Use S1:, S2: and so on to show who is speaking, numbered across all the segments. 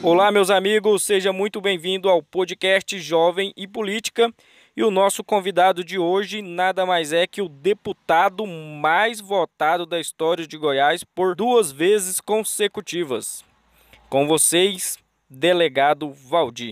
S1: Olá, meus amigos, seja muito bem-vindo ao podcast Jovem e Política. E o nosso convidado de hoje nada mais é que o deputado mais votado da história de Goiás por 2 vezes consecutivas. Com vocês, delegado Valdir.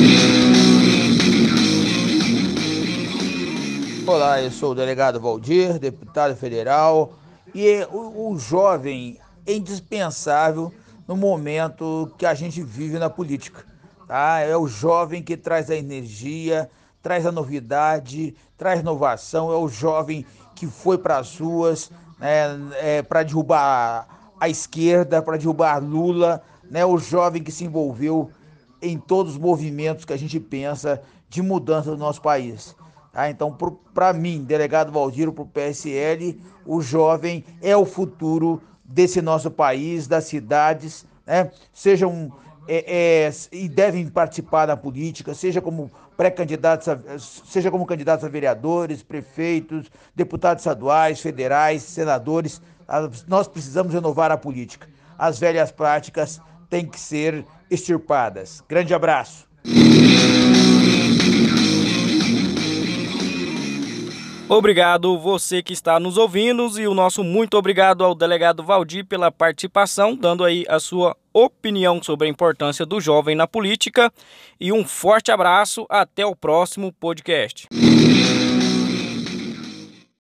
S2: Olá, eu sou o delegado Valdir, deputado federal, e o jovem é indispensável no momento que a gente vive na política, tá? É o jovem que traz a energia, traz a novidade, traz inovação, é o jovem que foi para as ruas, né, para derrubar a esquerda, para derrubar Lula, né? O jovem que se envolveu em todos os movimentos que a gente pensa de mudança do nosso país. Então, para mim, delegado Valdir, para o PSL, o jovem é o futuro desse nosso país, das cidades, né? Sejam e devem participar da política, seja como pré-candidatos, seja como candidatos a vereadores, prefeitos, deputados estaduais, federais, senadores. Nós precisamos renovar a política. As velhas práticas têm que ser extirpadas. Grande abraço.
S1: Obrigado você que está nos ouvindo e o nosso muito obrigado ao delegado Valdir pela participação, dando aí a sua opinião sobre a importância do jovem na política. E um forte abraço, até o próximo podcast.